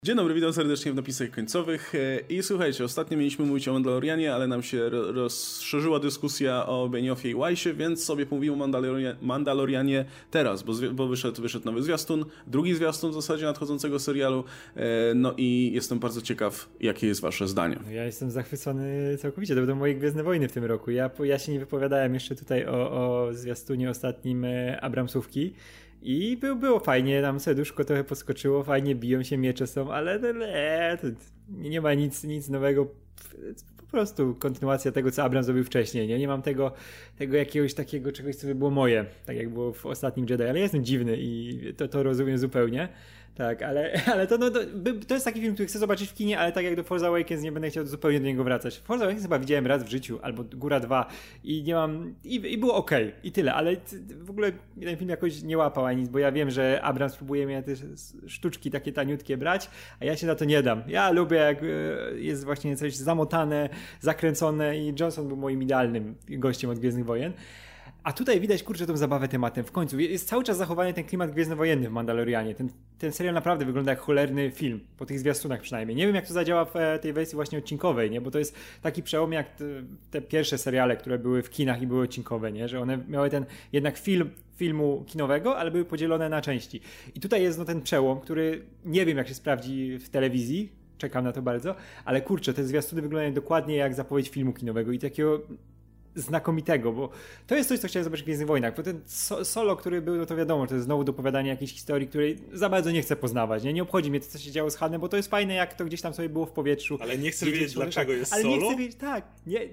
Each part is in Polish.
Dzień dobry, witam serdecznie w napisach końcowych. I słuchajcie, ostatnio mieliśmy mówić o Mandalorianie, ale nam się rozszerzyła dyskusja o Benioffie i Weissie, więc sobie mówimy o Mandalorianie teraz, bo wyszedł nowy zwiastun, drugi zwiastun w zasadzie nadchodzącego serialu, no i jestem bardzo ciekaw, jakie jest wasze zdanie. Ja jestem zachwycony całkowicie, to będą moje Gwiezdne Wojny w tym roku. Ja się nie wypowiadałem jeszcze tutaj o zwiastunie ostatnim Abramsówki. I było fajnie, tam serduszko trochę podskoczyło, fajnie biją się, miecze są, ale to nie ma nic nowego. Po prostu kontynuacja tego, co Abrams zrobił wcześniej. Nie ma tego jakiegoś takiego czegoś, co by było moje, tak jak było w ostatnim Jedi, ale ja jestem dziwny i to rozumiem zupełnie. Tak, ale to jest taki film, który chcę zobaczyć w kinie, ale tak jak do Force Awakens nie będę chciał zupełnie do niego wracać. Force Awakens chyba widziałem raz w życiu, albo góra 2 i nie mam... I było okej, i tyle, ale w ogóle ten film jakoś nie łapał ani nic, bo ja wiem, że Abrams próbuje mnie te sztuczki takie taniutkie brać, a ja się na to nie dam. Ja lubię, jak jest właśnie coś zamotane, zakręcone i Johnson był moim idealnym gościem od Gwiezdnych Wojen. A tutaj widać, kurczę, tą zabawę tematem. W końcu jest cały czas zachowany ten klimat gwiezdnowojenny w Mandalorianie. Ten serial naprawdę wygląda jak cholerny film, po tych zwiastunach przynajmniej. Nie wiem, jak to zadziała w tej wersji właśnie odcinkowej, nie? Bo to jest taki przełom jak te pierwsze seriale, które były w kinach i były odcinkowe, nie? Że one miały ten jednak filmu kinowego, ale były podzielone na części. I tutaj jest ten przełom, który nie wiem, jak się sprawdzi w telewizji, czekam na to bardzo, ale kurczę, te zwiastuny wyglądają dokładnie jak zapowiedź filmu kinowego i takiego znakomitego, bo to jest coś, co chciałem zobaczyć w Gwiezdnych Wojnach, bo ten Solo, który był, no to wiadomo, to jest znowu dopowiadanie jakiejś historii, której za bardzo nie chcę poznawać, nie obchodzi mnie to, co się działo z Hanem, bo to jest fajne, jak to gdzieś tam sobie było w powietrzu. Ale nie chcę wiedzieć, dlaczego jest ale Solo? Ale nie chcę wiedzieć, tak,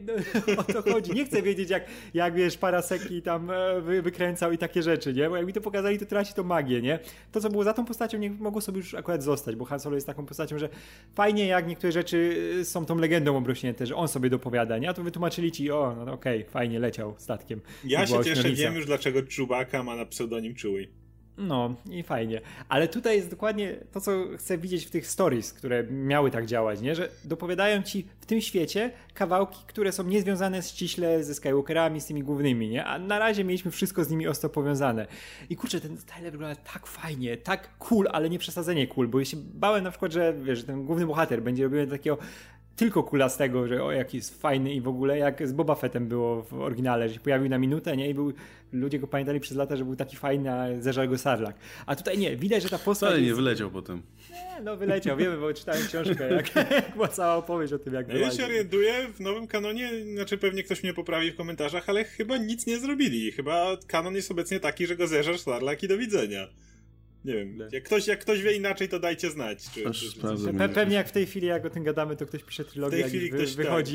o to chodzi, nie chcę wiedzieć, jak wiesz, Paraseki tam wykręcał i takie rzeczy, nie, bo jak mi to pokazali, to traci to magię, nie, to, co było za tą postacią, nie mogło sobie już akurat zostać, bo Han Solo jest taką postacią, że fajnie, jak niektóre rzeczy są tą legendą obrośnięte, że on sobie dopowiada, nie, a to wytłumaczyli ci, okej, fajnie, leciał statkiem. Ja się cieszę, wiem już, dlaczego Chewbacca ma na pseudonim Chewie. No i fajnie. Ale tutaj jest dokładnie to, co chcę widzieć w tych stories, które miały tak działać, nie? Że dopowiadają ci w tym świecie kawałki, które są niezwiązane ściśle ze Skywalkerami, z tymi głównymi, nie? A na razie mieliśmy wszystko z nimi ostro powiązane. I kurczę, ten trailer wygląda tak fajnie, tak cool, ale nie przesadzenie cool, bo ja się bałem na przykład, że wiesz, ten główny bohater będzie robiony takiego tylko kulastego, że jaki jest fajny i w ogóle jak z Boba Fettem było w oryginale, że się pojawił na minutę, nie? I ludzie go pamiętali przez lata, że był taki fajny, a zeżarł go Sarlacc. A tutaj nie, widać, że ta postać ale nie, wyleciał potem. Nie, wyleciał, wiemy, bo czytałem książkę, jak była cała opowieść o tym, jak ja się orientuję, w nowym kanonie, znaczy pewnie ktoś mnie poprawi w komentarzach, ale chyba nic nie zrobili. Chyba kanon jest obecnie taki, że go zeżarł Sarlacc i do widzenia. Nie wiem, jak ktoś wie inaczej, to dajcie znać. Pewnie jak w tej chwili, jak o tym gadamy, to ktoś pisze trylogię, w tej chwili ktoś wychodzi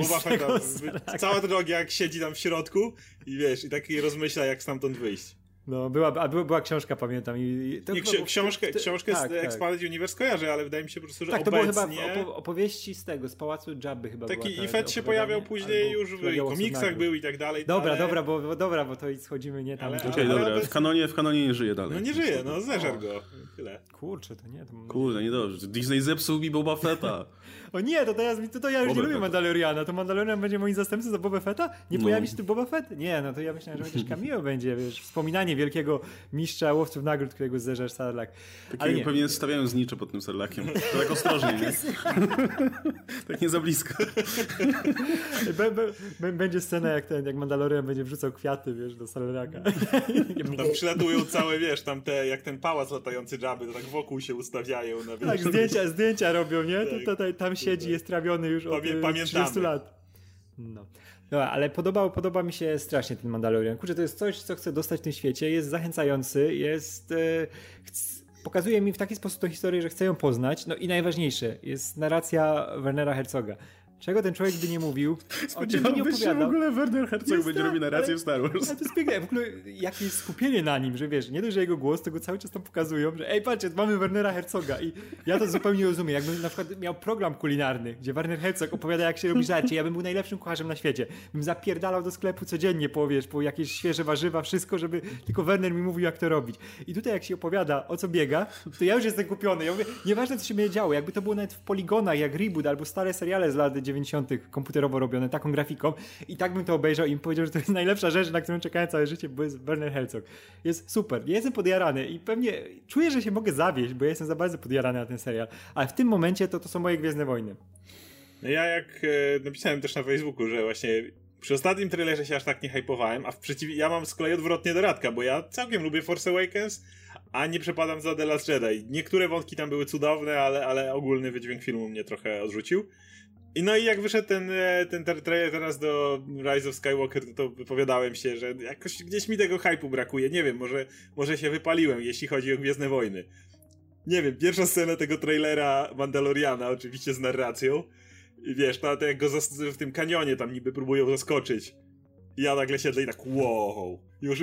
cała trylogia, jak siedzi tam w środku i wiesz, i taki rozmyśla, jak stamtąd wyjść. No, była książka, pamiętam. Książkę z Expanded Universe kojarzę, ale wydaje mi się po prostu, że obecnie... Tak, to było chyba opowieści z Pałacu Jabby chyba taki była. Taki się pojawiał później już w komiksach był i tak dalej. Dobra, bo to schodzimy nie tam. Dobra, w kanonie nie żyje dalej. No nie żyje, zeżar go. Tyle. Kurczę, to nie. Kurde, niedobrze. Disney zepsuł mi Boba Fetta. O nie, to ja już nie lubię Mandaloriana. To Mandalorian będzie moim zastępcą za Boba Fetta? Nie pojawi się tu Boba Fett? Nie, no to ja myślałem, że chociaż cameo będzie, wiesz, wspominanie wielkiego mistrza łowców nagród, którego zeżar Sarlacc. Ale nie. Pewnie stawiają znicze pod tym Sarlacciem. To tak ostrożnie, nie? Tak nie za blisko. Będzie scena jak Mandalorian będzie wrzucał kwiaty, wiesz, do Sarlacca. Tam przylatują całe, wiesz, tam jak ten pałac latający Jabby, to tak wokół się ustawiają. Tak, zdjęcia robią, nie? Tam siedzi, jest trawiony już od 30 lat. No. Dobra, ale podoba mi się strasznie ten Mandalorian. Kurczę, to jest coś, co chcę dostać w tym świecie. Jest zachęcający, pokazuje mi w taki sposób tę historię, że chcę ją poznać. No i najważniejsze, jest narracja Wernera Herzoga. Czego ten człowiek by nie mówił, o czym by nie opowiadał. W ogóle Werner Herzog będzie robił narrację w Star Wars. Ale to jest piękne. W ogóle jakie jest skupienie na nim, że wiesz, nie dość, że jego głos, to go cały czas tam pokazują, że patrzcie, mamy Wernera Herzoga i ja to zupełnie rozumiem. Jakbym na przykład miał program kulinarny, gdzie Werner Herzog opowiada, jak się robi żarcie, ja bym był najlepszym kucharzem na świecie. Bym zapierdalał do sklepu codziennie po jakieś świeże warzywa, wszystko, żeby tylko Werner mi mówił, jak to robić. I tutaj jak się opowiada, o co biega, to ja już jestem kupiony. Ja mówię, nieważne, co się będzie działo, jakby to było nawet w Poligonach, jak Reboot albo stare seriale z lat 90. 90. komputerowo robione, taką grafiką i tak bym to obejrzał i im powiedział, że to jest najlepsza rzecz, na którą czekałem całe życie, bo jest Werner Herzog. Jest super. Ja jestem podjarany i pewnie czuję, że się mogę zawieść, bo ja jestem za bardzo podjarany na ten serial, ale w tym momencie to są moje Gwiezdne Wojny. No ja jak napisałem też na Facebooku, że właśnie przy ostatnim trailerze się aż tak nie hypowałem, a ja mam z kolei odwrotnie do Radka, bo ja całkiem lubię Force Awakens, a nie przepadam za The Last Jedi. Niektóre wątki tam były cudowne, ale ogólny wydźwięk filmu mnie trochę odrzucił. No i jak wyszedł ten trailer teraz do Rise of Skywalker, to wypowiadałem się, że jakoś gdzieś mi tego hype'u brakuje. Nie wiem, może się wypaliłem, jeśli chodzi o Gwiezdne Wojny. Nie wiem, pierwsza scena tego trailera Mandaloriana, oczywiście z narracją. I wiesz, to jak go w tym kanionie tam niby próbują zaskoczyć. I ja nagle siedzę i tak wow,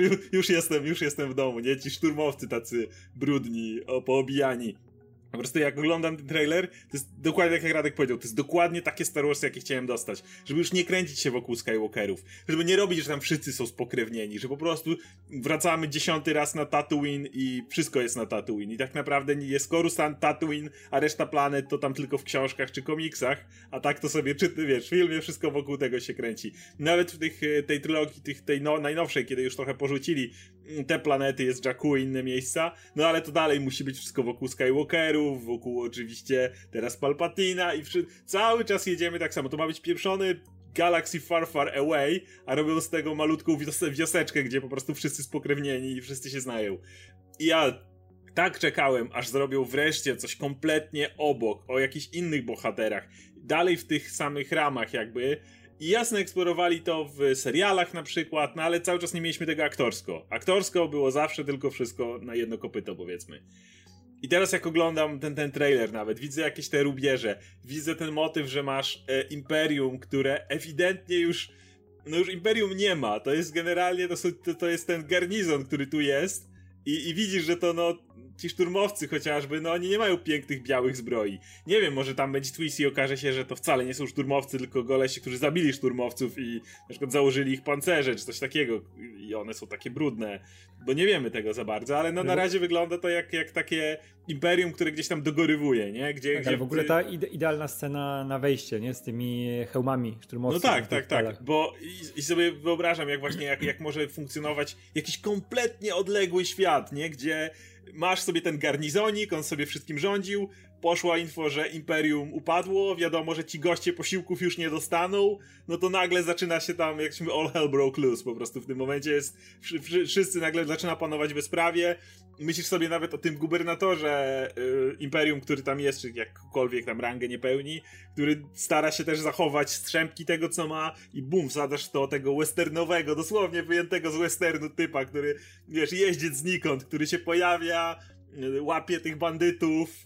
już jestem w domu, nie? Ci szturmowcy tacy brudni, poobijani. Po prostu jak oglądam ten trailer, to jest dokładnie tak jak Radek powiedział, to jest dokładnie takie Star Wars, jakie chciałem dostać. Żeby już nie kręcić się wokół Skywalkerów. Żeby nie robić, że tam wszyscy są spokrewnieni. Że po prostu wracamy 10. raz na Tatooine i wszystko jest na Tatooine. I tak naprawdę nie jest Coruscant, Tatooine, a reszta planet to tam tylko w książkach czy komiksach. A tak to sobie wiesz, w filmie wszystko wokół tego się kręci. Nawet w tej trylogii, tej najnowszej, kiedy już trochę porzucili te planety, jest Jakku i inne miejsca, no ale to dalej musi być wszystko wokół Skywalkerów, wokół oczywiście teraz Palpatina i cały czas jedziemy tak samo. To ma być pieprzony Galaxy Far Far Away, a robią z tego malutką wioseczkę, gdzie po prostu wszyscy spokrewnieni i wszyscy się znają. I ja tak czekałem, aż zrobią wreszcie coś kompletnie obok, o jakichś innych bohaterach, dalej w tych samych ramach jakby. I jasno eksplorowali to w serialach na przykład, no ale cały czas nie mieliśmy tego aktorsko. Aktorsko było zawsze tylko wszystko na jedno kopyto, powiedzmy. I teraz jak oglądam ten trailer nawet, widzę jakieś te rubieże, widzę ten motyw, że masz Imperium, które ewidentnie już Imperium nie ma. To jest generalnie, to jest ten garnizon, który tu jest i widzisz, że to ci szturmowcy chociażby, oni nie mają pięknych białych zbroi. Nie wiem, może tam będzie twist i okaże się, że to wcale nie są szturmowcy, tylko golesi, którzy zabili szturmowców i na przykład założyli ich pancerze, czy coś takiego. I one są takie brudne, bo nie wiemy tego za bardzo, ale na razie wygląda to jak takie imperium, które gdzieś tam dogorywuje, nie? Ale w ogóle ta idealna scena na wejście, nie? Z tymi hełmami szturmowców. No tak, bo i sobie wyobrażam, jak może funkcjonować jakiś kompletnie odległy świat, nie? Gdzie masz sobie ten garnizonik, on sobie wszystkim rządził, poszła info, że Imperium upadło, wiadomo, że ci goście posiłków już nie dostaną, no to nagle zaczyna się tam, jak się mówi, all hell broke loose, po prostu w tym momencie jest, wszyscy nagle zaczyna panować bezprawie. Myślisz sobie nawet o tym gubernatorze Imperium, który tam jest, czy jakkolwiek tam rangę nie pełni, który stara się też zachować strzępki tego, co ma i bum, wsadasz to tego westernowego, dosłownie wyjętego z westernu typa, który, wiesz, jeździec znikąd, który się pojawia, łapie tych bandytów,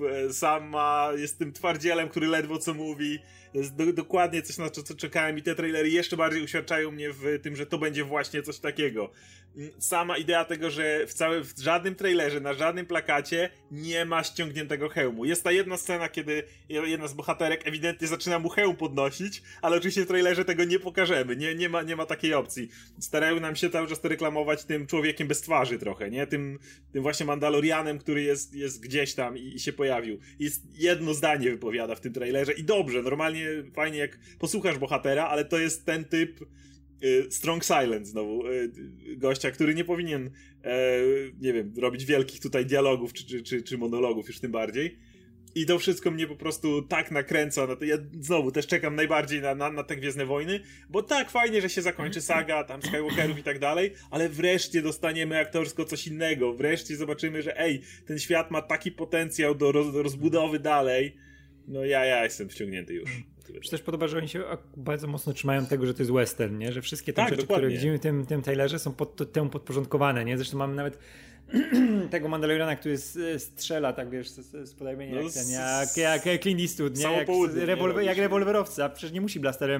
jest tym twardzielem, który ledwo co mówi. Jest dokładnie coś, na co czekałem i te trailery jeszcze bardziej uświadczają mnie w tym, że to będzie właśnie coś takiego. Sama idea tego, że w żadnym trailerze, na żadnym plakacie nie ma ściągniętego hełmu. Jest ta jedna scena, kiedy jedna z bohaterek ewidentnie zaczyna mu hełm podnosić, ale oczywiście w trailerze tego nie pokażemy. Nie ma takiej opcji. Starają nam się cały czas to reklamować tym człowiekiem bez twarzy trochę, nie? Tym właśnie Mandalorianem, który jest gdzieś tam i się pojawił. Jest jedno zdanie wypowiada w tym trailerze i dobrze, normalnie, fajnie jak posłuchasz bohatera, ale to jest ten typ Strong Silence znowu, gościa, który nie powinien, nie wiem, robić wielkich tutaj dialogów czy monologów, już tym bardziej. I to wszystko mnie po prostu tak nakręca. Ja znowu też czekam najbardziej na te Gwiezdne Wojny, bo tak fajnie, że się zakończy saga tam Skywalkerów i tak dalej, ale wreszcie dostaniemy aktorsko coś innego. Wreszcie zobaczymy, że ten świat ma taki potencjał do rozbudowy dalej. No ja jestem wciągnięty już. Mi się też podoba, że oni się bardzo mocno trzymają tego, że to jest western, nie? Że wszystkie te rzeczy, dokładnie, które widzimy w tym trailerze, są temu podporządkowane, nie? Zresztą mamy nawet tego Mandaloriana, który strzela, tak wiesz, z podajmienia jak Clint Eastwood, nie? Jak rewolwerowca, przecież nie musi blasterem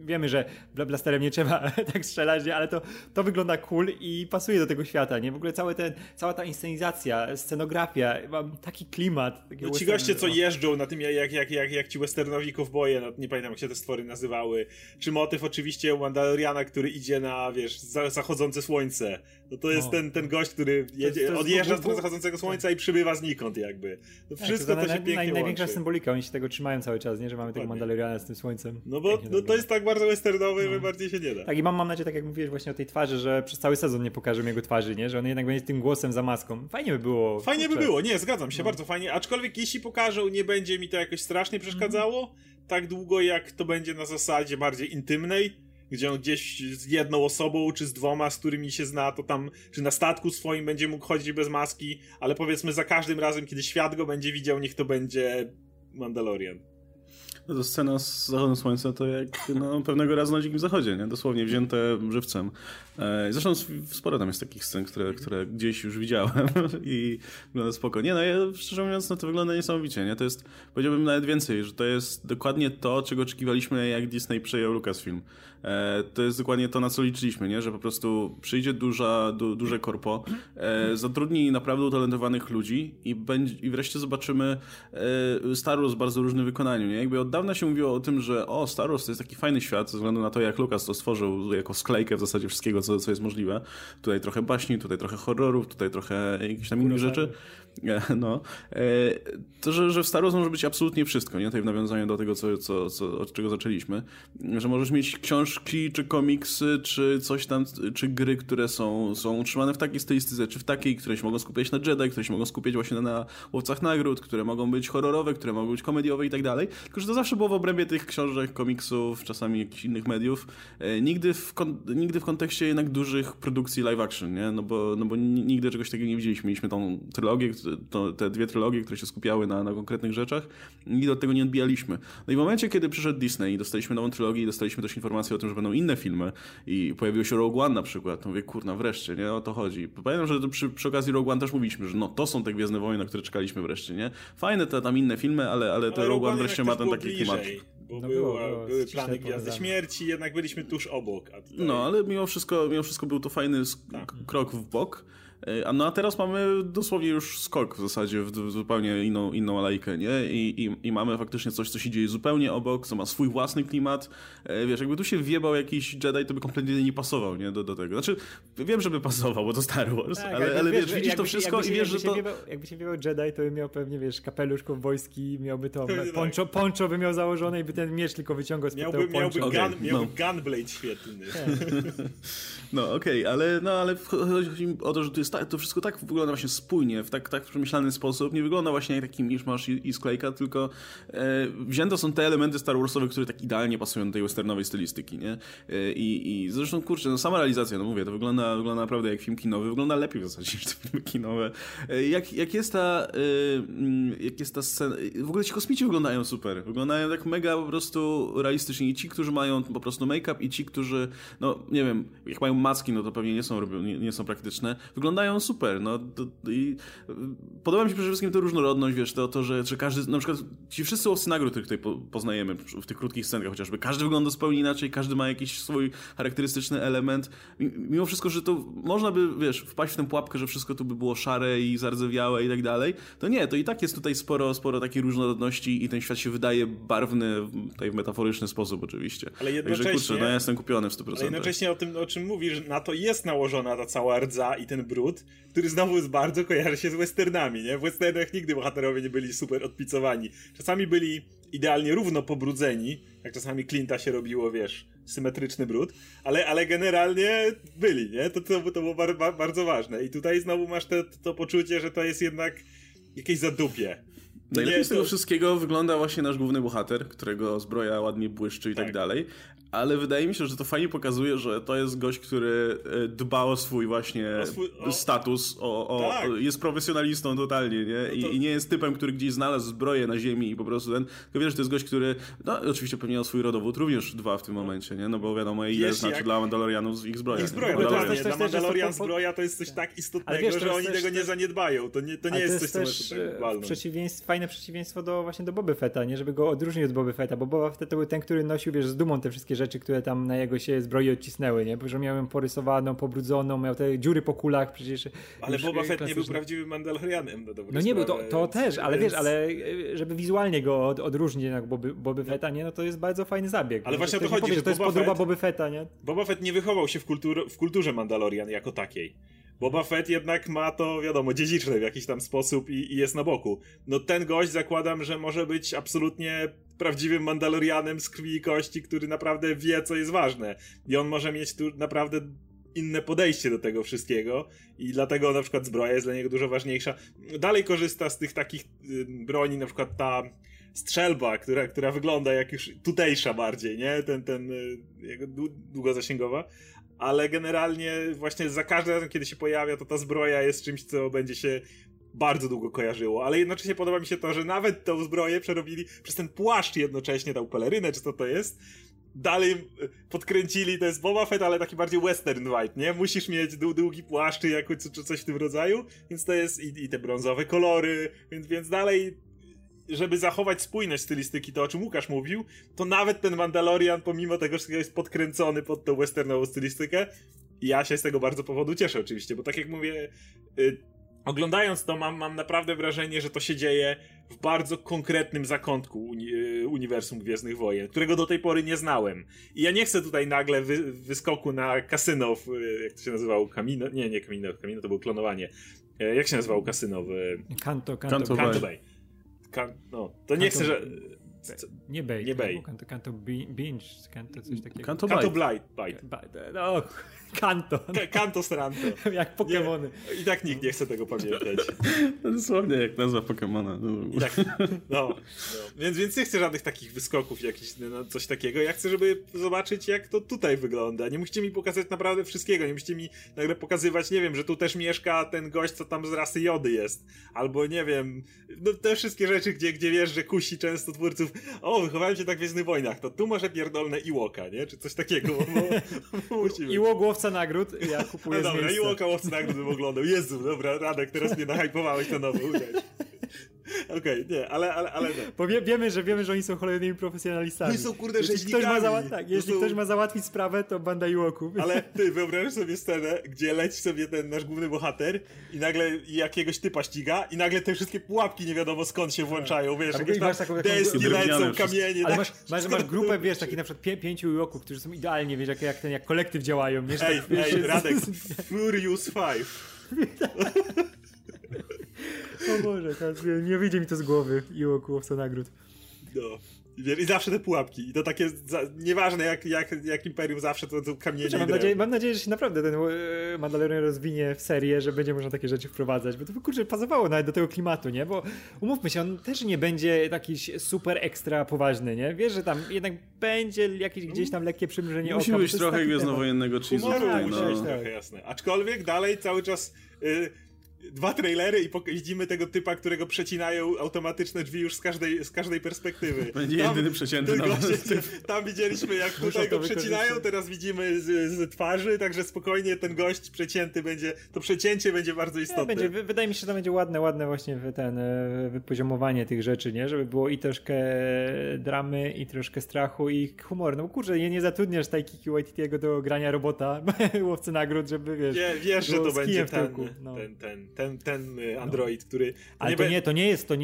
wiemy, że blasterem nie trzeba tak strzelać, nie? Ale to wygląda cool i pasuje do tego świata, nie? W ogóle cała ta inscenizacja, scenografia, mam taki klimat. No ci goście, co jeżdżą na tym, jak ci westernowi kowboje, no, nie pamiętam, jak się te stwory nazywały, czy motyw oczywiście Mandaloriana, który idzie na, wiesz, zachodzące słońce. No to jest ten gość, który odjeżdża w stronę zachodzącego słońca i przybywa znikąd jakby. To wszystko to się pięknie łączy. Największa symbolika, oni się tego trzymają cały czas, nie? Że mamy tego Mandaloriana z tym słońcem. No bo to jest tak bardzo westernowe, że bardziej się nie da. Tak i mam nadzieję, tak jak mówiłeś właśnie o tej twarzy, że przez cały sezon nie pokażę jego twarzy, nie? Że on jednak będzie tym głosem za maską. Fajnie by było. Fajnie by było, nie, zgadzam się, bardzo fajnie. Aczkolwiek jeśli pokażą, nie będzie mi to jakoś strasznie przeszkadzało, tak długo jak to będzie na zasadzie bardziej intymnej, gdzie on gdzieś z jedną osobą, czy z dwoma, z którymi się zna, to tam, czy na statku swoim będzie mógł chodzić bez maski, ale powiedzmy za każdym razem, kiedy świat go będzie widział, niech to będzie Mandalorian. No to scena z zachodem słońca to jak pewnego razu na Dzikim Zachodzie, nie? Dosłownie wzięte żywcem. Zresztą sporo tam jest takich scen, które gdzieś już widziałem i wygląda spoko. Nie, no ja szczerze mówiąc, no to wygląda niesamowicie, nie? To jest, powiedziałbym nawet więcej, że to jest dokładnie to, czego oczekiwaliśmy, jak Disney przejął Lucasfilm. To jest dokładnie to, na co liczyliśmy, nie? Że po prostu przyjdzie duże korpo, zatrudni naprawdę utalentowanych ludzi i wreszcie zobaczymy Star Wars w bardzo różnym wykonaniu, nie? Jakby od dawna się mówiło o tym, że Star Wars to jest taki fajny świat, ze względu na to, jak Lucas to stworzył jako sklejkę w zasadzie wszystkiego, co jest możliwe. Tutaj trochę baśni, tutaj trochę horrorów, tutaj trochę jakichś tam innych rzeczy. No. To, że w Star Wars może być absolutnie wszystko, nie? Tutaj w nawiązaniu do tego, od czego zaczęliśmy. Że możesz mieć książki, czy komiksy, czy coś tam, czy gry, które są utrzymane w takiej stylistyce, czy w takiej, które się mogą skupiać na Jedi, które się mogą skupiać właśnie na łowcach nagród, które mogą być horrorowe, które mogą być komediowe i tak dalej. Tylko, że to zawsze było w obrębie tych książek, komiksów, czasami jakichś innych mediów. Nigdy w kontekście jednak dużych produkcji live action, nie? No bo nigdy czegoś takiego nie widzieliśmy. Mieliśmy tą trylogię, te dwie trylogie, które się skupiały na konkretnych rzeczach. Nigdy od tego nie odbijaliśmy. No i w momencie, kiedy przyszedł Disney i dostaliśmy nową trylogię i dostaliśmy też informację o tym, że będą inne filmy i pojawił się Rogue One na przykład, to mówię, kurna, wreszcie, nie? O to chodzi. Pamiętam, że przy okazji Rogue One też mówiliśmy, że no to są te Gwiezdne Wojny, na które czekaliśmy wreszcie, nie? Fajne te tam inne filmy, ale te Rogue One wreszcie ma ten taki klimat. Bo były plany Gwiazdy Śmierci, jednak byliśmy tuż obok. A tutaj... No, ale mimo wszystko był to fajny krok w bok. A teraz mamy dosłownie już skok w zasadzie w zupełnie inną alejkę, nie? I mamy faktycznie coś, co się dzieje zupełnie obok, co ma swój własny klimat. Wiesz, jakby tu się wjebał jakiś Jedi, to by kompletnie nie pasował, nie? Do tego. Znaczy, wiem, że by pasował, bo to Star Wars, tak, ale wiesz, widzisz to wszystko i wiesz, że to... Jakby się wjebał Jedi, to by miał pewnie, wiesz, kapelusz kowbojski, miałby to poncho by miał założone i by ten miecz tylko wyciągał spod tego poncho. Miałby gunblade świetny. No okej, ale chodzi o to, że to wszystko tak wygląda właśnie spójnie, w tak przemyślany sposób. Nie wygląda właśnie jak taki miszmasz i sklejka, tylko wzięto są te elementy Star Warsowe, które tak idealnie pasują do tej westernowej stylistyki, nie? I zresztą, kurczę, no sama realizacja, no mówię, to wygląda naprawdę jak film kinowy, wygląda lepiej w zasadzie niż te filmy kinowe. Jak jest ta scena, w ogóle ci kosmici wyglądają super, wyglądają tak mega po prostu realistycznie i ci, którzy mają po prostu make-up i ci, którzy, no nie wiem, jak mają maski, no to pewnie nie są praktyczne, wyglądają super, no i podoba mi się przede wszystkim ta różnorodność, wiesz, to że każdy, na przykład ci wszyscy łowcy nagród, których tutaj poznajemy w tych krótkich scenkach chociażby, każdy wygląda zupełnie inaczej, każdy ma jakiś swój charakterystyczny element, mimo wszystko, że to można by, wiesz, wpaść w tę pułapkę, że wszystko tu by było szare i zardzewiałe i tak dalej, to nie, to i tak jest tutaj sporo takiej różnorodności i ten świat się wydaje barwny, tutaj w metaforyczny sposób oczywiście. Ale jednocześnie, także kurczę, no ja jestem kupiony w 100%. Ale jednocześnie o czym mówisz, na to jest nałożona ta cała rdza i ten brud, który znowu bardzo kojarzy się z westernami, nie? W westernach nigdy bohaterowie nie byli super odpicowani. Czasami byli idealnie równo pobrudzeni, jak czasami Clint'a się robiło, wiesz, symetryczny brud, ale generalnie byli, nie? To było bardzo ważne. I tutaj znowu masz to poczucie, że to jest jednak jakieś zadupie. Najlepiej z tego wszystkiego wygląda właśnie nasz główny bohater, którego zbroja ładnie błyszczy i tak dalej, ale wydaje mi się, że to fajnie pokazuje, że to jest gość, który dba o swój właśnie status, jest profesjonalistą totalnie, nie? I nie jest typem, który gdzieś znalazł zbroję na ziemi i po prostu tylko wiesz, że to jest gość, który, no oczywiście pewnie o swój rodowód również dba w tym momencie, nie? No bo wiadomo, ile znaczy dla Mandalorianów ich zbroja. Dla Mandalorian zbroja to jest coś tak istotnego, że oni tego nie zaniedbają. To nie jest coś, co w fajne przeciwieństwo właśnie do Boby Fetta, nie? Żeby go odróżnić od Boby Fetta, bo Boba Fett to był ten, który nosił, wiesz, z dumą te wszystkie rzeczy, które tam na jego się zbroi odcisnęły, nie? Bo że miał ją porysowaną, pobrudzoną, miał te dziury po kulach przecież. Ale Boba Fett nie był prawdziwym Mandalorianem. No nie był, to też, ale wiesz, ale żeby wizualnie go odróżnić jak Boby Fetta, nie? No to jest bardzo fajny zabieg. Ale właśnie o to chodzi, powie, że to jest podróba Boby Fetta, nie? Boba Fett nie wychował się w kulturze Mandalorian jako takiej. Boba Fett jednak ma to, wiadomo, dziedziczne w jakiś tam sposób i jest na boku. No ten gość zakładam, że może być absolutnie prawdziwym Mandalorianem z krwi i kości, który naprawdę wie, co jest ważne. I on może mieć tu naprawdę inne podejście do tego wszystkiego i dlatego na przykład zbroja jest dla niego dużo ważniejsza. Dalej korzysta z tych takich broni, na przykład ta strzelba, która wygląda jak już tutejsza bardziej, nie? Ten jego długozasięgowa. Ale generalnie właśnie za każdym razem, kiedy się pojawia, to ta zbroja jest czymś, co będzie się bardzo długo kojarzyło. Ale jednocześnie podoba mi się to, że nawet tą zbroję przerobili przez ten płaszcz jednocześnie, tą pelerynę, czy co to jest, dalej podkręcili, to jest Boba Fett, ale taki bardziej western vibe, nie? Musisz mieć długi płaszcz czy coś w tym rodzaju, więc to jest i te brązowe kolory, więc dalej, żeby zachować spójność stylistyki, to o czym Łukasz mówił, to nawet ten Mandalorian, pomimo tego wszystkiego, jest podkręcony pod tą westernową stylistykę i ja się z tego bardzo powodu cieszę oczywiście, bo tak jak mówię, oglądając to mam naprawdę wrażenie, że to się dzieje w bardzo konkretnym zakątku uniwersum Gwiezdnych Wojen, którego do tej pory nie znałem. I ja nie chcę tutaj nagle wyskoku na kasyno, jak to się nazywało, Kamino? Nie Kamino to było klonowanie. Jak się nazywało kasyno? Kanto Bay. To nie chcę, że... Nie Bay. Nie Bay. Kanto Binge, Kanto coś takiego. Kanto Blight. No, Kanto. Kanto Stranto. Jak Pokemony. I tak nikt nie chce tego pamiętać. Dosłownie jak nazwa Pokemona. Więc nie chcę żadnych takich wyskoków, jakichś, coś takiego. Ja chcę, żeby zobaczyć, jak to tutaj wygląda. Nie musicie mi pokazać naprawdę wszystkiego. Nie musicie mi nagle pokazywać, nie wiem, że tu też mieszka ten gość, co tam z rasy Jody jest. Albo, nie wiem, te wszystkie rzeczy, gdzie wiesz, że kusi często twórców, wychowałem się tak w Gwiezdnych Wojnach, to tu może pierdolne Ewoka, nie? Czy coś takiego. Ewok łowca nagród, ja kupuję no dobra, Ewoka łowca nagród bym oglądał. Jezu, dobra, Radek, teraz mnie nahypowałeś to nowe, Okej, nie, ale nie. Bo wiemy, że oni są cholernymi profesjonalistami. Oni są kurde rzeźnikami. Jeśli ktoś ma załatwić sprawę, to banda Ewoków. Ale ty wyobrażasz sobie scenę, gdzie leci sobie ten nasz główny bohater i nagle jakiegoś typa ściga i nagle te wszystkie pułapki nie wiadomo skąd się włączają, wiesz, jakieś tam deski lecą, kamienie. Ale masz grupę, wiesz, takich na przykład 5 Ewoków, którzy są idealnie, wiesz, jak kolektyw działają. Nie? Ej, Radek, Furious 5. O Boże, nie wyjdzie mi to z głowy. Ewok łowca nagród. No. I zawsze te pułapki. I to takie, nieważne jak Imperium, zawsze to kamienie. Mam nadzieję, że się naprawdę ten Mandalorian rozwinie w serię, że będzie można takie rzeczy wprowadzać, bo to kurczę pasowało nawet do tego klimatu, nie? Bo umówmy się, on też nie będzie jakiś super ekstra poważny, nie? Wiesz, że tam jednak będzie jakieś gdzieś tam lekkie przymrużenie oka. Musi być trochę gwiezdnowojennego cheese'u. Musi być trochę, jasne. Aczkolwiek dalej cały czas... 2 trailery i widzimy tego typa, którego przecinają automatyczne drzwi już z każdej perspektywy. Będzie jedyny przecięty tam widzieliśmy, jak tutaj go przecinają, teraz widzimy z twarzy, także spokojnie ten gość przecięty będzie, to przecięcie będzie bardzo istotne. Wydaje mi się, że to będzie ładne właśnie wypoziomowanie tych rzeczy, nie? Żeby było i troszkę dramy, i troszkę strachu, i humor. No kurczę, nie zatrudniasz Taiki Waititiego do grania robota, łowcy nagród, żeby wiesz... Wiesz, że to będzie ten android, który... Ale to nie jest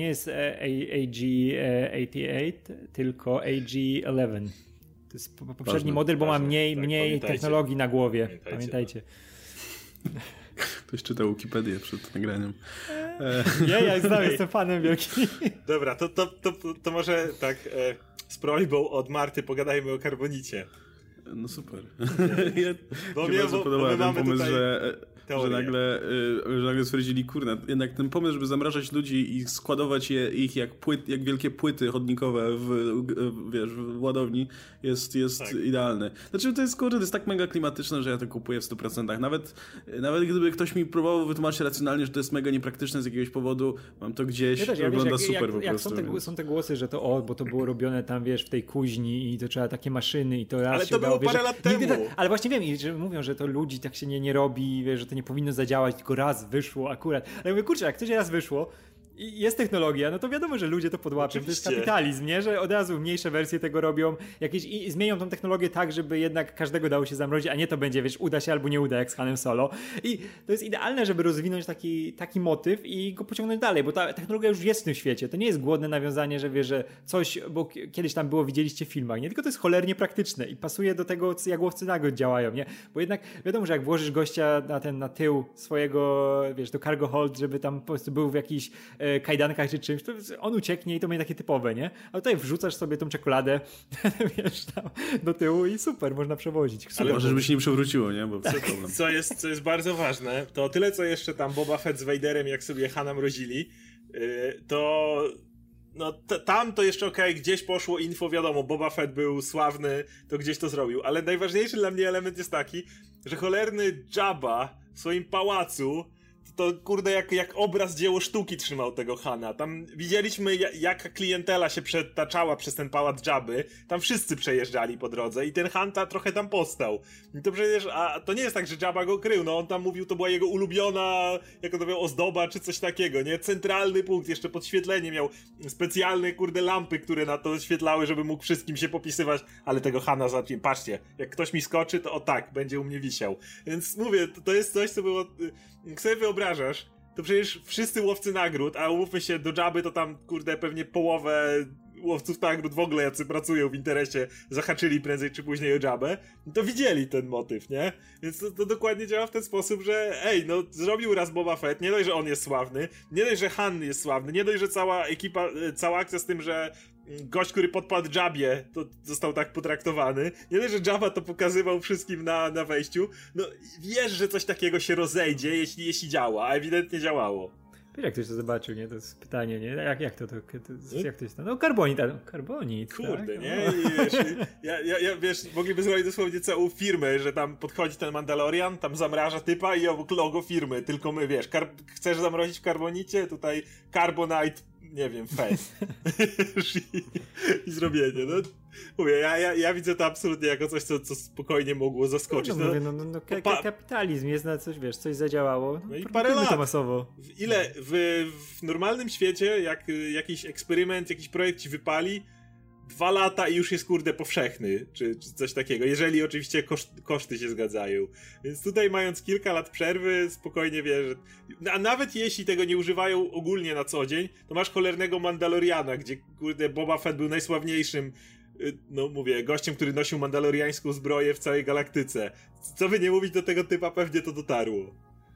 AG-88, tylko AG-11. To jest poprzedni model, bo ma mniej technologii na głowie. Pamiętajcie. Ktoś czytał Wikipedię przed nagraniem. Ja znam, jestem fanem wielkim. Dobra, to może tak z prośbą od Marty pogadajmy o karbonicie. No super. Bo mi się bardzo podoba ten pomysł, że nagle stwierdzili, kurna, jednak ten pomysł, żeby zamrażać ludzi i składować ich jak wielkie płyty chodnikowe w ładowni jest tak. Idealny. Znaczy to jest tak mega klimatyczne, że ja to kupuję w 100%. Nawet gdyby ktoś mi próbował wytłumaczyć racjonalnie, że to jest mega niepraktyczne z jakiegoś powodu, mam to gdzieś, wygląda super po prostu. Są te głosy, że to bo to było robione tam, wiesz, w tej kuźni i to trzeba takie maszyny i to raz ale się to było dało, parę lat temu. Ale właśnie wiem, że mówią, że to ludzi tak się nie robi, wiesz, że to nie powinno zadziałać, tylko raz wyszło akurat. Ale ja mówię, kurczę, jak coś raz wyszło, i jest technologia, no to wiadomo, że ludzie to podłapią. Oczywiście. To jest kapitalizm, nie? Że od razu mniejsze wersje tego robią, jakieś i zmienią tą technologię tak, żeby jednak każdego dało się zamrozić, a nie to będzie, wiesz, uda się albo nie uda, jak z Hanem Solo. I to jest idealne, żeby rozwinąć taki motyw i go pociągnąć dalej, bo ta technologia już jest w tym świecie. To nie jest głodne nawiązanie, że wiesz, że coś, bo kiedyś tam było, widzieliście w filmach, nie? Tylko to jest cholernie praktyczne i pasuje do tego, jak łowcy nagród działają, nie? Bo jednak wiadomo, że jak włożysz gościa na tył swojego, wiesz, do cargo hold, żeby tam po prostu był w jakichś kajdankach czy czymś, to on ucieknie i to będzie takie typowe, nie? A tutaj wrzucasz sobie tą czekoladę, wiesz, tam do tyłu i super, można przewozić. Super. Ale może, żeby się nie przewróciło, nie? Bo tak. Co jest bardzo ważne, to tyle, co jeszcze tam Boba Fett z Vaderem, jak sobie Hana mrozili, to no tam to jeszcze okej, gdzieś poszło info, wiadomo, Boba Fett był sławny, to gdzieś to zrobił, ale najważniejszy dla mnie element jest taki, że cholerny Jabba w swoim pałacu to kurde jak obraz dzieło sztuki trzymał tego Hana. Tam widzieliśmy jaka klientela się przetaczała przez ten pałac Jabby. Tam wszyscy przejeżdżali po drodze i ten Han trochę tam postał. I to przecież, a to nie jest tak, że Jabba go krył, no on tam mówił, to była jego ulubiona, jak on to miał, ozdoba czy coś takiego, nie? Centralny punkt, jeszcze podświetlenie miał, specjalne kurde lampy, które na to oświetlały, żeby mógł wszystkim się popisywać, ale tego Hana patrzcie, jak ktoś mi skoczy, to o tak, będzie u mnie wisiał. Więc mówię, to jest coś, co było, jak sobie wyobrażasz, to przecież wszyscy łowcy nagród, a umówmy się, do Jabby to tam, kurde, pewnie połowę łowców nagród w ogóle, jacy pracują w interesie, zahaczyli prędzej czy później o Jabbę, to widzieli ten motyw, nie? Więc to dokładnie działa w ten sposób, że no zrobił raz Boba Fett, nie dość, że on jest sławny, nie dość, że Han jest sławny, nie dość, że cała ekipa, cała akcja z tym, że gość, który podpadł Jabbie, to został tak potraktowany. Nie dość, że Jabba to pokazywał wszystkim na wejściu. No wiesz, że coś takiego się rozejdzie, jeśli działa, a ewidentnie działało. Wiesz, jak ktoś to zobaczył, nie? To jest pytanie, nie? Jak to jak to jest? No karbonit. Kurde, tak? nie? I wiesz, wiesz, mogliby zrobić dosłownie całą firmę, że tam podchodzi ten Mandalorian, tam zamraża typa i obok logo firmy, tylko my, wiesz, chcesz zamrozić w karbonicie? Tutaj Carbonite, nie wiem, fest. I zrobienie, no. Mówię, ja widzę to absolutnie jako coś, co spokojnie mogło zaskoczyć. Kapitalizm jest na coś, wiesz, coś zadziałało. No i parę lat. To masowo. W normalnym świecie, jak jakiś eksperyment, jakiś projekt ci wypali, 2 lata i już jest kurde powszechny, czy coś takiego, jeżeli oczywiście koszty się zgadzają. Więc tutaj mając kilka lat przerwy, spokojnie wiesz, a nawet jeśli tego nie używają ogólnie na co dzień, to masz cholernego Mandaloriana, gdzie kurde Boba Fett był najsławniejszym, no mówię, gościem, który nosił mandaloriańską zbroję w całej galaktyce. Co by nie mówić, do tego typa pewnie to dotarło.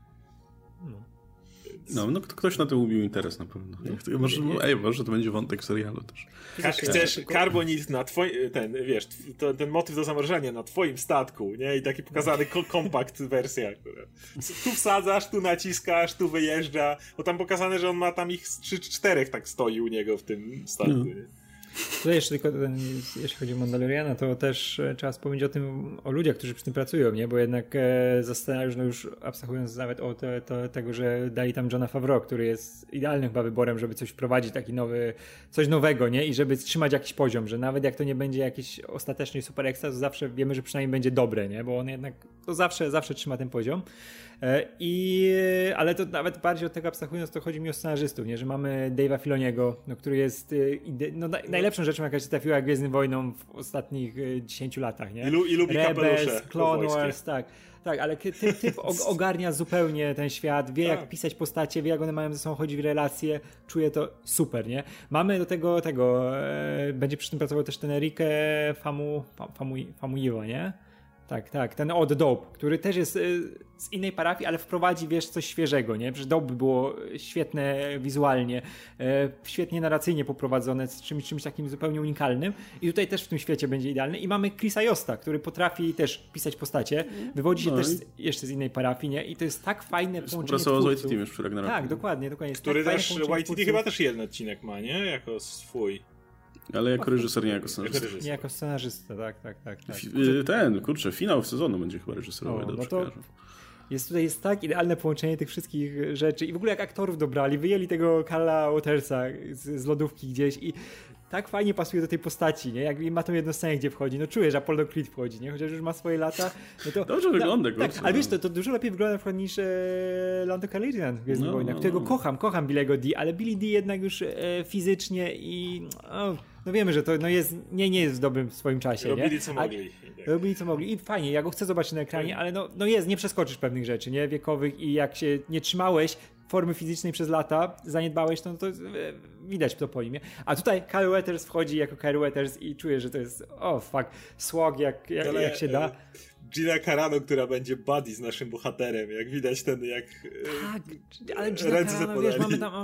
No ktoś na tym ubił interes na pewno. Może to będzie wątek serialu też. Chcesz karbonit na ten motyw do zamrożenia na twoim statku, nie? I taki pokazany kompakt wersja. Tu wsadzasz, tu naciskasz, tu wyjeżdża. Bo tam pokazane, że on ma tam ich 3 czy 4 tak stoi u niego w tym statku. No. Tutaj jeszcze tylko, jeśli chodzi o Mandaloriana, to też trzeba wspomnieć o ludziach, którzy przy tym pracują, nie? Bo jednak za scenariusz, no już abstrahując nawet od tego, że dali tam Johna Favreau, który jest idealnym chyba wyborem, żeby coś wprowadzić, coś nowego, nie? I żeby trzymać jakiś poziom, że nawet jak to nie będzie jakiś ostatecznie super ekstra, to zawsze wiemy, że przynajmniej będzie dobre, nie? Bo on jednak to zawsze trzyma ten poziom. Ale to nawet bardziej od tego abstrahując, to chodzi mi o scenarzystów, nie? Że mamy Dave'a Filoniego, no, który jest najlepszą rzeczą, jaka się trafiła Gwiezdnym Wojnom w ostatnich 10 latach, nie? I lubi Rebels, Clone Wars, tak, ale typ ogarnia zupełnie ten świat, wie jak pisać postacie, wie jak one mają ze sobą chodzić w relacje, czuje to super, nie? Mamy do tego, będzie przy tym pracował też ten Enrique Famuyiwa, nie? Tak, ten od Dope, który też jest z innej parafii, ale wprowadzi, wiesz, coś świeżego, nie? Przecież Dope było świetne wizualnie, świetnie narracyjnie poprowadzone, z czymś takim zupełnie unikalnym i tutaj też w tym świecie będzie idealny. I mamy Chrisa Yosta, który potrafi też pisać postacie, wywodzi się też jeszcze z innej parafii, nie? I to jest tak fajne połączenie twórców. Z Waititi już przy Ragnaroku. Tak, dokładnie. Który tak też Waititi chyba też jeden odcinek ma, nie? Jako swój. Ale jako reżyser, nie jako scenarzysta. Nie jako scenarzysta, tak. Finał sezonu będzie chyba reżyserowy. No to jest tak idealne połączenie tych wszystkich rzeczy i w ogóle jak aktorów dobrali, wyjęli tego Carla Watersa z lodówki gdzieś i tak fajnie pasuje do tej postaci, nie? Jak ma tą jedną scenę, gdzie wchodzi, no czujesz, że Apollo Creed wchodzi, nie? Chociaż już ma swoje lata, no to... Dobrze wygląda, tak, ale wiesz, to dużo lepiej wygląda na przykład niż Lando Calrissian w Gwiezdnych Wojnach, którego kocham Billy'ego D, ale Billy D jednak już fizycznie i... no wiemy, że to nie jest w dobrym swoim czasie, Robili co mogli. Robili co mogli i fajnie, ja go chcę zobaczyć na ekranie, ale nie przeskoczysz pewnych rzeczy, nie? Wiekowych i jak się nie trzymałeś formy fizycznej przez lata, zaniedbałeś, to widać to po nim, nie? A tutaj Kyle Weathers wchodzi jako Kyle Weathers i czuję, że to jest swag jak się da. Gina Carano, która będzie buddy z naszym bohaterem, jak widać tak, ale Gina Carano, wiesz,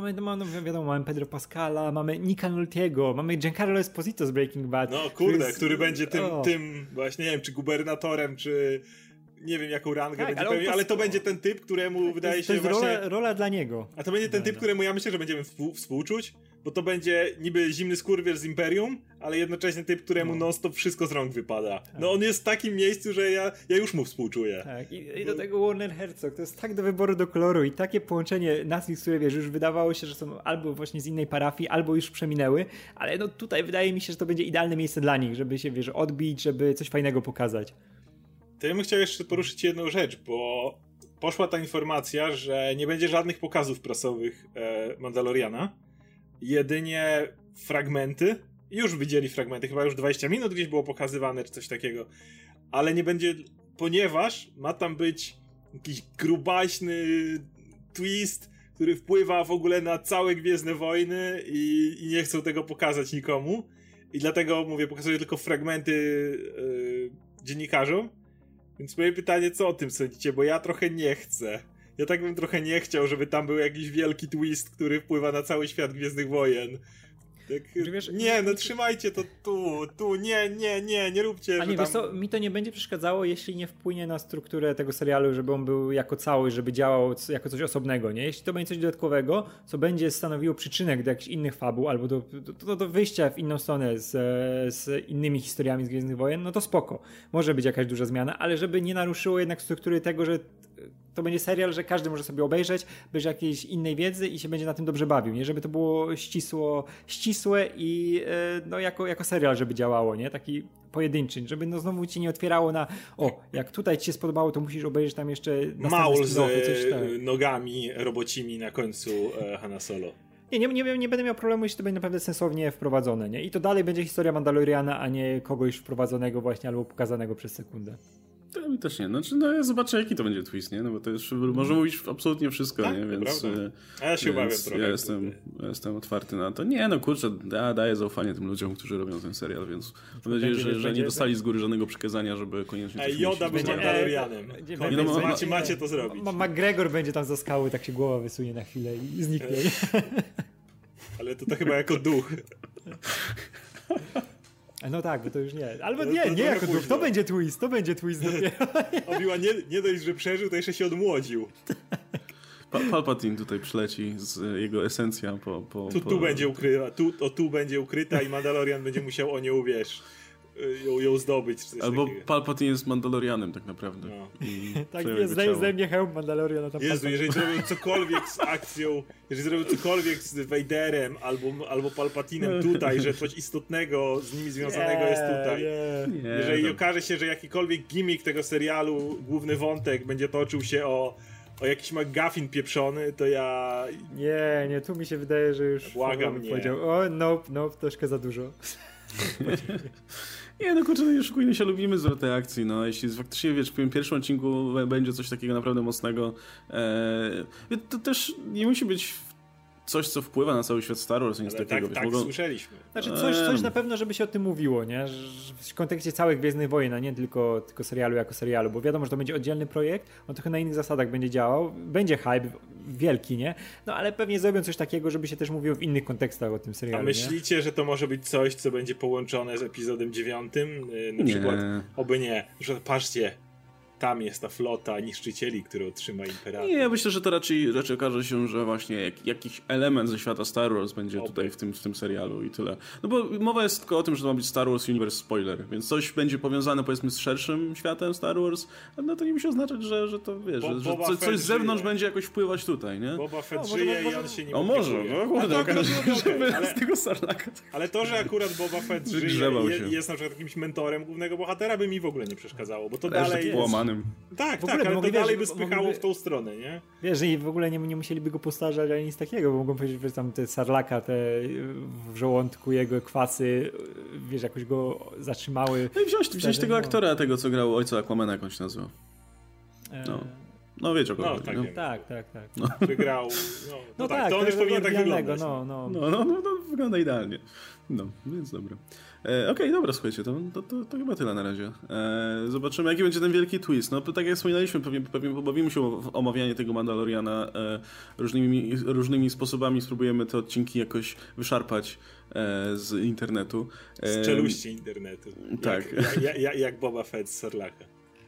mamy Pedro Pascala, mamy Nicka Nolte'ego, mamy Giancarlo Esposito z Breaking Bad. No kurde, który będzie tym właśnie, nie wiem, czy gubernatorem, czy nie wiem jaką rangę będzie pełnił, ale to będzie ten typ, któremu wydaje się to jest właśnie... rola dla niego. A to będzie ten typ, któremu ja myślę, że będziemy współczuć, bo to będzie niby zimny skurwiel z Imperium, ale jednocześnie typ, któremu non-stop wszystko z rąk wypada. No on jest w takim miejscu, że ja już mu współczuję. Tak, i do tego Werner Herzog, to jest tak do wyboru do koloru i takie połączenie nazwisk, które wiesz, już wydawało się, że są albo właśnie z innej parafii, albo już przeminęły, ale no tutaj wydaje mi się, że to będzie idealne miejsce dla nich, żeby się, wiesz, odbić, żeby coś fajnego pokazać. To ja bym chciał jeszcze poruszyć jedną rzecz, bo poszła ta informacja, że nie będzie żadnych pokazów prasowych Mandaloriana, jedynie fragmenty. Już widzieli fragmenty, chyba już 20 minut gdzieś było pokazywane, czy coś takiego, ale nie będzie, ponieważ ma tam być jakiś grubaśny twist, który wpływa w ogóle na całe Gwiezdne Wojny i nie chcą tego pokazać nikomu. I dlatego, mówię, pokazuję tylko fragmenty dziennikarzom. Więc moje pytanie, co o tym sądzicie? Bo ja trochę nie chcę. Ja tak bym trochę nie chciał, żeby tam był jakiś wielki twist, który wpływa na cały świat Gwiezdnych Wojen. Tak, wiesz, nie, no trzymajcie to tu, nie róbcie. A nie, wiesz co, mi to nie będzie przeszkadzało, jeśli nie wpłynie na strukturę tego serialu, żeby on był jako cały, żeby działał jako coś osobnego, nie? Jeśli to będzie coś dodatkowego, co będzie stanowiło przyczynek do jakichś innych fabuł, albo do wyjścia w inną stronę z innymi historiami z Gwiezdnych Wojen, no to spoko. Może być jakaś duża zmiana, ale żeby nie naruszyło jednak struktury tego, że to będzie serial, że każdy może sobie obejrzeć bez jakiejś innej wiedzy i się będzie na tym dobrze bawił, nie? Żeby to było ścisłe i no jako serial, żeby działało, nie? Taki pojedynczy, żeby no znowu ci nie otwierało na jak tutaj ci się spodobało, to musisz obejrzeć tam jeszcze Maul z nogami robocimi na końcu Hanna Solo. Nie będę miał problemu, jeśli to będzie naprawdę sensownie wprowadzone, nie? I to dalej będzie historia Mandaloriana, a nie kogoś wprowadzonego właśnie albo pokazanego przez sekundę. To mi też nie. Znaczy, no ja zobaczę, jaki to będzie twist, nie? No bo to już może mówić absolutnie wszystko, tak, nie? Więc a ja się obawiam trochę. Ja jestem otwarty na to. Nie, no kurczę, daję zaufanie tym ludziom, którzy robią ten serial, więc mam nadzieję, że nie dostali z góry żadnego przykazania, żeby koniecznie coś Joda będzie Mandalorianem. Macie to zrobić. McGregor będzie tam za skały, tak się głowa wysunie na chwilę i zniknie. Ale to chyba jako duch. No tak, bo to już nie. Albo nie jako duch. To będzie twist dopiero. Obi-Wan nie dość, że przeżył, to jeszcze się odmłodził. Palpatine tutaj przyleci z jego esencja będzie ukryta, tu będzie ukryta i Mandalorian będzie musiał o nią, wiesz, ją zdobyć. Czy coś albo takiego. Palpatine jest Mandalorianem tak naprawdę. No. Tak jest, zdejmie hełm Mandaloriana. Jezu, jeżeli zrobią cokolwiek z akcją, jeżeli zrobią cokolwiek z Vaderem albo Palpatinem tutaj, że coś istotnego z nimi związanego jest tutaj. Jeżeli okaże się, że jakikolwiek gimmick tego serialu, główny wątek będzie toczył się o jakiś McGuffin pieprzony, to ja... Nie, tu mi się wydaje, że już... Błagam, nie. Powiedział, nope, troszkę za dużo. Nie, no kurczę, nie oszukujmy się, lubimy zwroty akcji, no, jeśli faktycznie, wiesz, w tym pierwszym odcinku będzie coś takiego naprawdę mocnego, to też nie musi być coś, co wpływa na cały świat Star Wars, nic takiego. Tak słyszeliśmy. Znaczy coś na pewno, żeby się o tym mówiło, nie? W kontekście całych Gwiezdnych Wojen, a nie tylko serialu jako serialu, bo wiadomo, że to będzie oddzielny projekt, on trochę na innych zasadach będzie działał, będzie hype wielki, nie? No ale pewnie zrobią coś takiego, żeby się też mówiło w innych kontekstach o tym serialu. A myślicie, że to może być coś, co będzie połączone z epizodem 9? Na przykład, oby nie, że patrzcie, tam jest ta flota niszczycieli, którą trzyma Imperator. Nie, ja myślę, że to raczej okaże się, że właśnie jakiś element ze świata Star Wars będzie tutaj w tym serialu i tyle. No bo mowa jest tylko o tym, że to ma być Star Wars Universe spoiler, więc coś będzie powiązane powiedzmy z szerszym światem Star Wars, no to nie musi oznaczać, że to wiesz, że coś z zewnątrz będzie jakoś wpływać tutaj, nie? Boba Fett żyje i on się nie może, no kurde, z tego Sarlacka. Ale to, że akurat Boba Fett żyje jest na przykład jakimś mentorem głównego bohatera, by mi w ogóle nie przeszkadzało, bo to dalej jest... połamanym. Tak, ale to dalej by spychało w tą stronę, nie? Wiesz, że w ogóle nie musieliby go postarzać ani nic takiego, bo mogą powiedzieć, że tam te Sarlaka, te w żołądku jego kwasy, wiesz, jakoś go zatrzymały. No i wziąć tego aktora, tego co grał ojca Aquamana, jak on się nazywa. No wiecie o kogo chodzi, no. Tak. No. Wygrał. No tak, to on już powinien tak wyglądać. No, wygląda idealnie. No, więc dobra. Okej, dobra, słuchajcie, to chyba tyle na razie. Zobaczymy, jaki będzie ten wielki twist. No, tak jak wspominaliśmy, pewnie pobawimy się w omawianie tego Mandaloriana różnymi sposobami. Spróbujemy te odcinki jakoś wyszarpać z internetu. Z czeluści internetu. Tak. Jak Boba Fett z Sarlacka.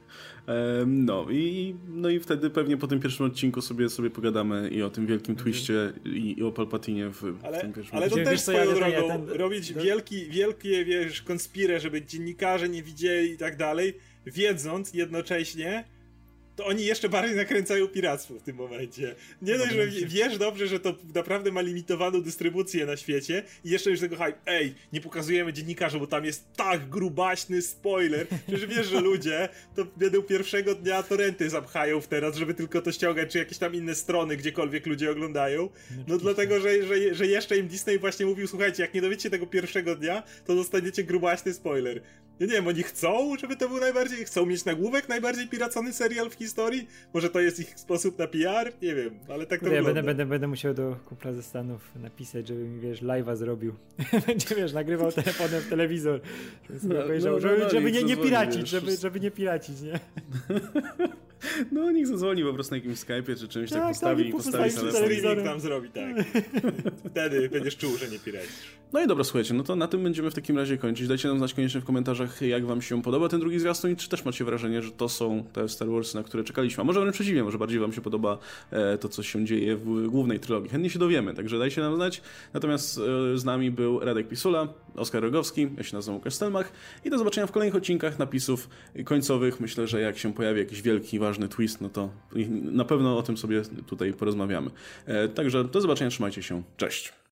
No i wtedy pewnie po tym pierwszym odcinku sobie pogadamy i o tym wielkim twiście i o Palpatinie w tym pierwszym ale to też swoją drogą, robić wielkie, wiesz, konspirę, żeby dziennikarze nie widzieli i tak dalej, wiedząc jednocześnie, to oni jeszcze bardziej nakręcają piractwo w tym momencie. Nie dość, że wiesz dobrze, że to naprawdę ma limitowaną dystrybucję na świecie i jeszcze już tego hype, nie pokazujemy dziennikarzom, bo tam jest tak grubaśny spoiler, przecież wiesz, że ludzie to będą pierwszego dnia torrenty zapchają teraz, żeby tylko to ściągać, czy jakieś tam inne strony, gdziekolwiek ludzie oglądają. No dlatego, że jeszcze im Disney właśnie mówił, słuchajcie, jak nie dowiecie tego pierwszego dnia, to dostaniecie grubaśny spoiler. Ja nie wiem, oni chcą, żeby to był chcą mieć nagłówek najbardziej piracony serial w historii? Może to jest ich sposób na PR? Nie wiem, ale tak to wygląda. Będę musiał do kumpla ze Stanów napisać, żeby mi, wiesz, live'a zrobił. Będzie, wiesz, nagrywał telefonem w telewizor. Żeby nie piracić, żeby nie piracić, nie? No, niech zadzwoni po prostu na jakimś Skype'ie czy czymś, tak postawi streaming tam zrobi, tak. Wtedy będziesz czuł, że nie piracisz. No i dobra, słuchajcie, no to na tym będziemy w takim razie kończyć. Dajcie nam znać koniecznie w komentarzach, jak wam się podoba ten drugi zwiastun i czy też macie wrażenie, że to są te Star Warsy, na które czekaliśmy. A może wręcz przeciwnie, może bardziej wam się podoba to, co się dzieje w głównej trylogii. Chętnie się dowiemy, także dajcie nam znać. Natomiast z nami był Radek Pisula, Oskar Rogowski, ja się nazywam Łukasz Stelmach i do zobaczenia w kolejnych odcinkach napisów końcowych. Myślę, że jak się pojawi jakiś wielki, ważny twist, no to na pewno o tym sobie tutaj porozmawiamy. Także do zobaczenia, trzymajcie się, cześć!